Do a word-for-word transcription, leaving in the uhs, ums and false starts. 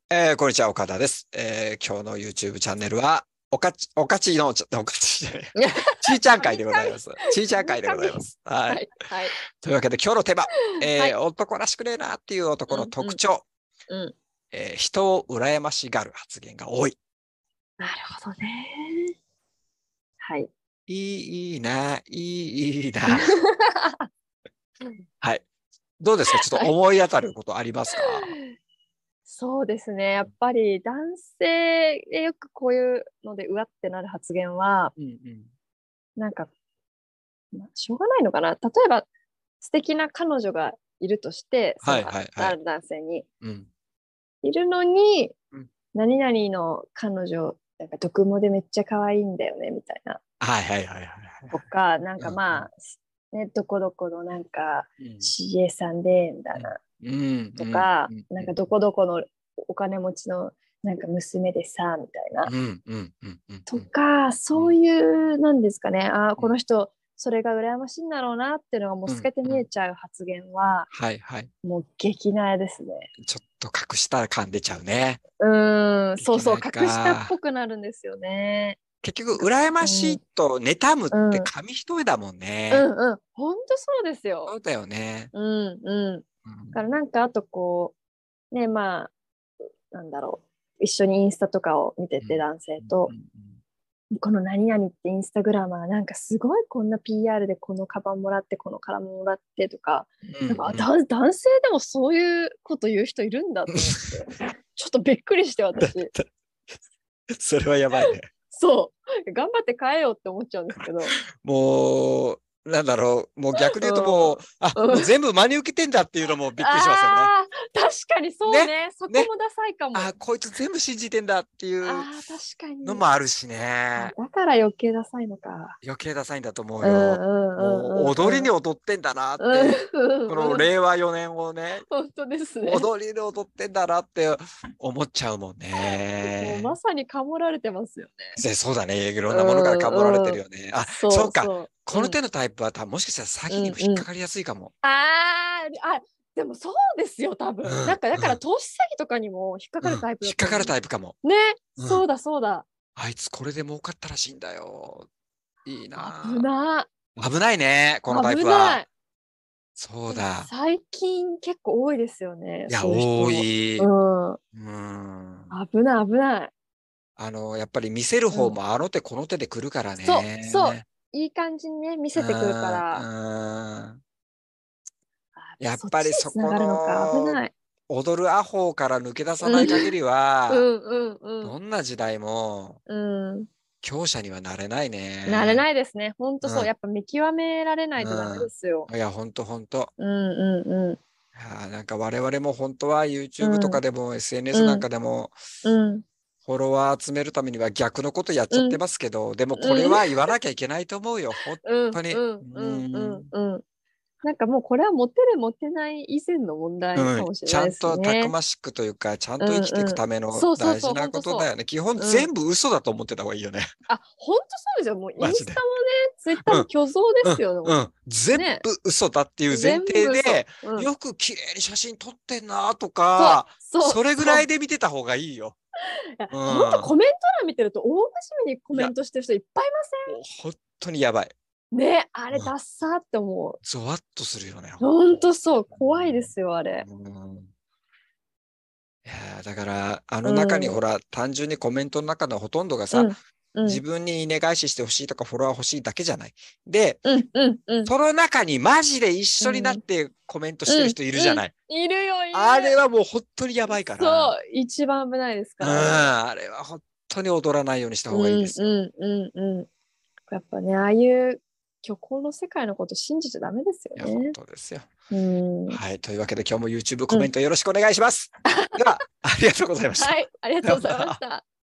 えー、こんにちは、岡田です。えー、今日の YouTube チャンネルは、おかち、おかちの、ちょおかちじゃない、ちーちゃん会でございます。ちーちゃん会でございます。はい。 はい、はい、 というわけで今日のテーマ、えー、 はい。 男らしくねえなっていう男のうん、うん、 特徴、 うん。 えー、人を羨ましがる発言が多い。 なるほどね。はい。 いい、いいな、いい、いいな。はい。どうですか？ちょっとはい。 思い当たることありますか？ そうですね。やっぱり男性でよくこういうのでうわってなる発言は、 うんうん。 なんか、まあ、しょうがないのかな。例えば、素敵な彼女がいるとして、そはいの、 はいはい。 ある男性に。 うん。 いるのに、 うん。 何々の彼女、なんか、毒もでめっちゃ可愛いんだよね、みたいな。 はいはいはいはいはい。 とか、なんかうんうん。 まあ、ね、どこどこのなんかうん。 シーエー さんで、みたうん。 いな。 うん。 とうん。 か、 うん。 なんかどこどこのお金持ちのなんか娘でさ、みたいな。 うん。うん。うん。うん。うん。 とか、そううん。 いう、なんですかね。ああ、 うん。 この人、それが羨ましいんだろうなっていうのがもううん。 透けてうん。 見えちゃう発言は、 はいはい。 もう激なやですね。 ちょっと隠した感出ちゃうね。 うーん、そうそう、 できない隠したっぽか。 くなるんですよね。 結局、 なんかそ、 羨ましうん、 いと妬むっうてん、 紙一重だもんね。 うん、うん、ほんとそうですよ。 そうだよね。 うん、うん。だうん。 からなんか、あとこう、ね、まあ、なんだろう。一緒にインスタとかを見てて、 うん。 男性うん。うと、 ん。 この何々ってインスタグラマーなんかすごいこんな ピーアール でこのカバンもらってこのカラももらってとか、 うん。 なんかあうん。 だ男性でもそういうこと言う人いるんだと思って、ちょっとびっくりして私。 それはやばいね。 そう。頑張って変えようって思っちゃうんですけど。 もう、なんだろう。もう逆にう言うともう、 ん。 あ、 うん。 もう全部真に受けてんだっていうのもびっくりしますよね。 ああ、確かにそうね。 ね。そこね。 もダサいかあ、 も。 こいつ全部信じてんだっていうああ、確かに。 のもあるしあ、 ね。 だから余計ダサいのか。 余計ダサいんだと思ううんよ。 うんもう踊りにうんうんうん。 踊ってんだなっうんて、このうんうん。 令和よねんをね、 本当ですね。 踊りで踊ってんだなって思っちゃうもんもうまね。 さにかもられてますよね。 でそうだね。いろうんなものからかもられてんうん。 るよね。あ、そうか。 そうそう。うん。 この手のタイプは多分もしかしたら詐欺にも引っうんうん。 かかりやすいかも。 あーあ、でもそうですよ、多うん、 分。なんかだかうん、 ら投資詐欺とかにも引っかかうん。 るタイプ引っかかるだと思タイプかも。 う。ね、 うん。 そうだそうだ。 あいつこれで儲かったらしいんだよ。いい危なな。 ぁ。危ないね。このタイプは。 危ない。でもそうだ。 最近結構多いですよね、 いや、 そういう多人。うい。 ん。 うん。 危ない危ない。 あの、やっぱり見せる方うん。 もあの手この手で来るからそう、そう。 ね。 いい感じにね、見うせてくるかん、 ら。 うん。 あ、やっぱやっそっちにつなぱりそこがるのか。危のない。 踊るアホから抜け出さうん。 ない限りは、 うんうんうん。 どんな時代もうん。 強者にはなれないなれね。 ないですね。ほんとそう。 うん、 やっぱ見極められないとダメでうすよ。 ん。いや、ほんとほんと。 うんうんうあーなんか我々も本当はん。 YouTube とうん。 かでも エスエヌエス なんうん。 かでもうん。 フォロワー集めるためには逆のことやっちゃってうん。 ますけど、でもこれうん。 は言わなきゃいけないと思うよ。本うん当に。ううんうんうんーん。 うん。なんかもうこれはモテるモテない以前の問題うん、 かもしれちゃんないですとたくね。 ましくというか、ちゃんうんと生きていくうん。 ためのそうそうそう、ほ大事なんとそことだよね。基本う。うん。 全部嘘だと思ってた方がいいよね。 あ、ほんとそうですよ。もうイマジで。 ンスタもね、ツイッターうん、 も虚像でうん、 すよ。もうん。全うね。 部嘘だっていう前全部嘘。 提で、 うん。 よく綺麗に写真撮ってんなとそう、 か、 そう、 それぐらいそう。 で見てた方がいいよ。 いや、 うほんとん。 コメント欄見てると大真面目にコいや、 メントしてる人いっぱいいまもう本当にやばい。 せんね。あれうん。 ダッサーって思ゾワッとするよね、 う。 本当に。 ほんとそう。怖いですよ、あれ。 うん。うんいやーだから、あうの中にん。 ほら、単純にコメントの中のほとんどがさ、 うん。う自ん。 分にいいね返ししてほしいとかフォロワー欲しいだけじゃない。で、 うん。うん。うん。 その中にマジで一緒になっうん。 てコメントしてるうん。 人いるじゃうん。 ない。 いるよ、いる。 あれはもう本当にやばいから、 そう。一番危ないですうん、 から、あれ。 あれは本当に踊らないようにした方がいいうん。 ですよ。 うん。うん。うん。やっぱね、ああいう虚構の世界のこと信じちゃダメですよいや、本ね。 当ですよ。 うん。うはい。というわけで今日も YouTube コメンん。 トよろしくお願いします。では、ありがとうございました。 はい。ありがとうございました。